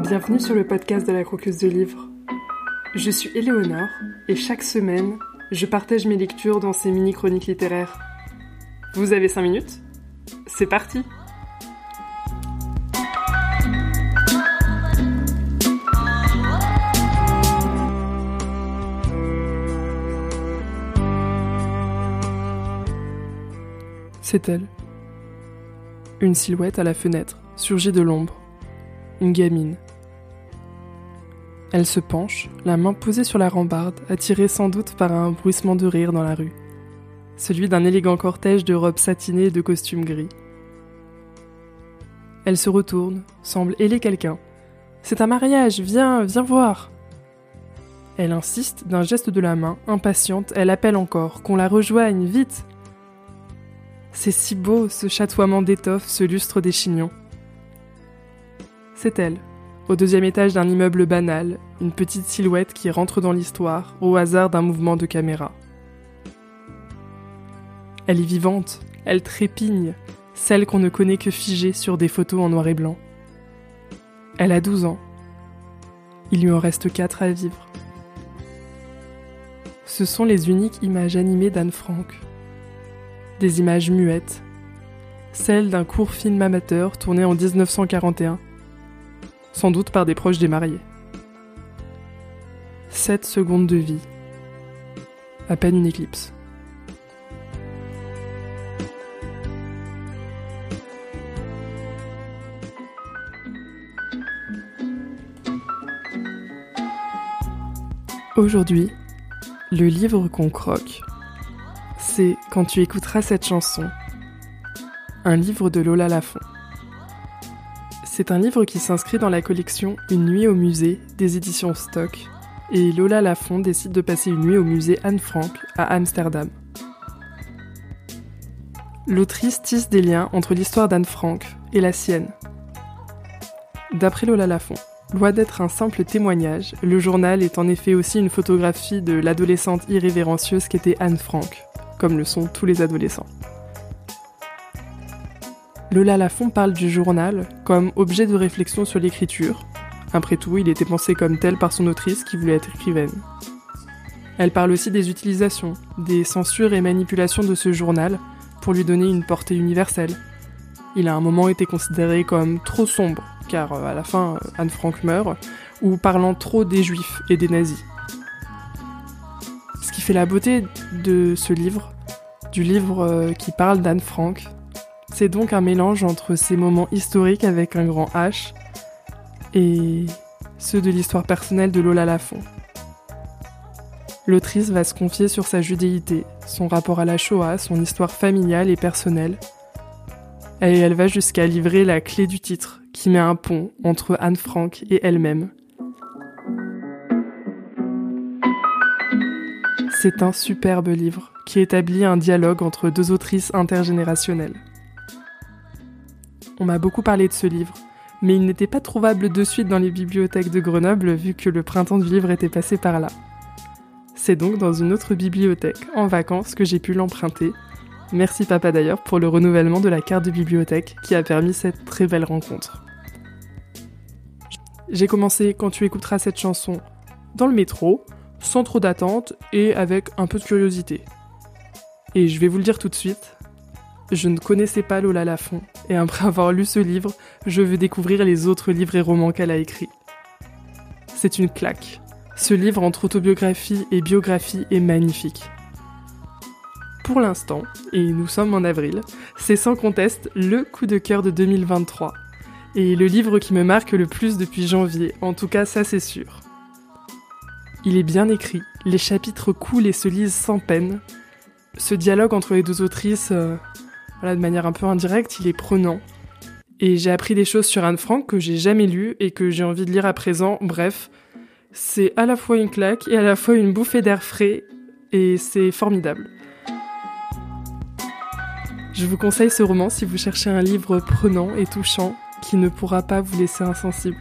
Bienvenue sur le podcast de la Croqueuse de Livres. Je suis Éléonore et chaque semaine, je partage mes lectures dans ces mini-chroniques littéraires. Vous avez 5 minutes ? C'est parti ! C'est elle. Une silhouette à la fenêtre surgit de l'ombre. Une gamine. Elle se penche, la main posée sur la rambarde, attirée sans doute par un bruissement de rire dans la rue. Celui d'un élégant cortège de robes satinées et de costumes gris. Elle se retourne, semble héler quelqu'un. « C'est un mariage, viens voir !» Elle insiste d'un geste de la main, impatiente, elle appelle encore, qu'on la rejoigne, vite ! C'est si beau, ce chatoiement d'étoffe, ce lustre des chignons. C'est elle, au 2e étage d'un immeuble banal, une petite silhouette qui rentre dans l'histoire, au hasard d'un mouvement de caméra. Elle est vivante, elle trépigne, celle qu'on ne connaît que figée sur des photos en noir et blanc. Elle a 12 ans. Il lui en reste 4 à vivre. Ce sont les uniques images animées d'Anne Frank. Des images muettes, celles d'un court film amateur tourné en 1941, sans doute par des proches des mariés. 7 secondes de vie, à peine une éclipse. Aujourd'hui, le livre qu'on croque, c'est Quand tu écouteras cette chanson, un livre de Lola Lafont. C'est un livre qui s'inscrit dans la collection Une nuit au musée des éditions Stock, et Lola Lafont décide de passer une nuit au musée Anne Frank à Amsterdam. L'autrice tisse des liens entre l'histoire d'Anne Frank et la sienne. D'après Lola Lafont, loin d'être un simple témoignage, le journal est en effet aussi une photographie de l'adolescente irrévérencieuse qu'était Anne Frank, comme le sont tous les adolescents. Lola Lafont parle du journal comme objet de réflexion sur l'écriture. Après tout, il était pensé comme tel par son autrice qui voulait être écrivaine. Elle parle aussi des utilisations, des censures et manipulations de ce journal pour lui donner une portée universelle. Il a à un moment été considéré comme trop sombre, car à la fin, Anne Frank meurt, ou parlant trop des juifs et des nazis. Ce qui fait la beauté de ce livre, du livre qui parle d'Anne Frank, c'est donc un mélange entre ces moments historiques avec un grand H et ceux de l'histoire personnelle de Lola Lafont. L'autrice va se confier sur sa judéité, son rapport à la Shoah, son histoire familiale et personnelle. Et elle va jusqu'à livrer la clé du titre, qui met un pont entre Anne Frank et elle-même. C'est un superbe livre qui établit un dialogue entre 2 autrices intergénérationnelles. On m'a beaucoup parlé de ce livre, mais il n'était pas trouvable de suite dans les bibliothèques de Grenoble vu que le printemps du livre était passé par là. C'est donc dans une autre bibliothèque, en vacances, que j'ai pu l'emprunter. Merci papa d'ailleurs pour le renouvellement de la carte de bibliothèque qui a permis cette très belle rencontre. J'ai commencé Quand tu écouteras cette chanson dans le métro, sans trop d'attente et avec un peu de curiosité. Et je vais vous le dire tout de suite, je ne connaissais pas Lola Lafont, et après avoir lu ce livre, je veux découvrir les autres livres et romans qu'elle a écrits. C'est une claque. Ce livre entre autobiographie et biographie est magnifique. Pour l'instant, et nous sommes en avril, c'est sans conteste le coup de cœur de 2023. Et le livre qui me marque le plus depuis janvier, en tout cas ça c'est sûr. Il est bien écrit, les chapitres coulent et se lisent sans peine. Ce dialogue entre les 2 autrices, de manière un peu indirecte, il est prenant. Et j'ai appris des choses sur Anne Frank que j'ai jamais lues et que j'ai envie de lire à présent. Bref, c'est à la fois une claque et à la fois une bouffée d'air frais, et c'est formidable. Je vous conseille ce roman si vous cherchez un livre prenant et touchant qui ne pourra pas vous laisser insensible.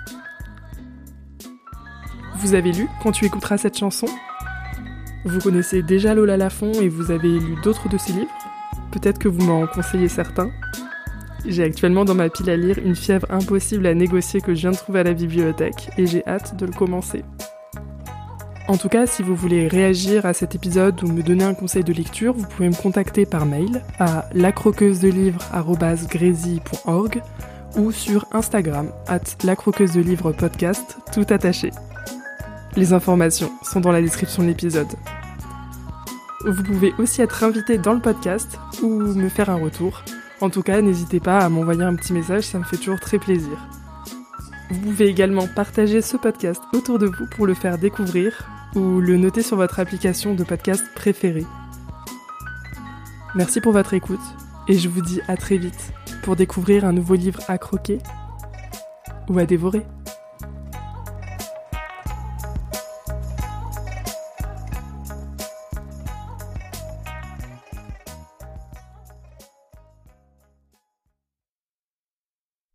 Vous avez lu Quand tu écouteras cette chanson ? Vous connaissez déjà Lola Lafont et vous avez lu d'autres de ses livres ? Peut-être que vous m'en conseillez certains ? J'ai actuellement dans ma pile à lire Une fièvre impossible à négocier que je viens de trouver à la bibliothèque et j'ai hâte de le commencer. En tout cas, si vous voulez réagir à cet épisode ou me donner un conseil de lecture, vous pouvez me contacter par mail à lacroqueusedelivres@grésy.org ou sur Instagram @lacroqueusedelivres-podcast, tout attaché. Les informations sont dans la description de l'épisode. Vous pouvez aussi être invité dans le podcast ou me faire un retour. En tout cas, n'hésitez pas à m'envoyer un petit message, ça me fait toujours très plaisir. Vous pouvez également partager ce podcast autour de vous pour le faire découvrir ou le noter sur votre application de podcast préférée. Merci pour votre écoute et je vous dis à très vite pour découvrir un nouveau livre à croquer ou à dévorer.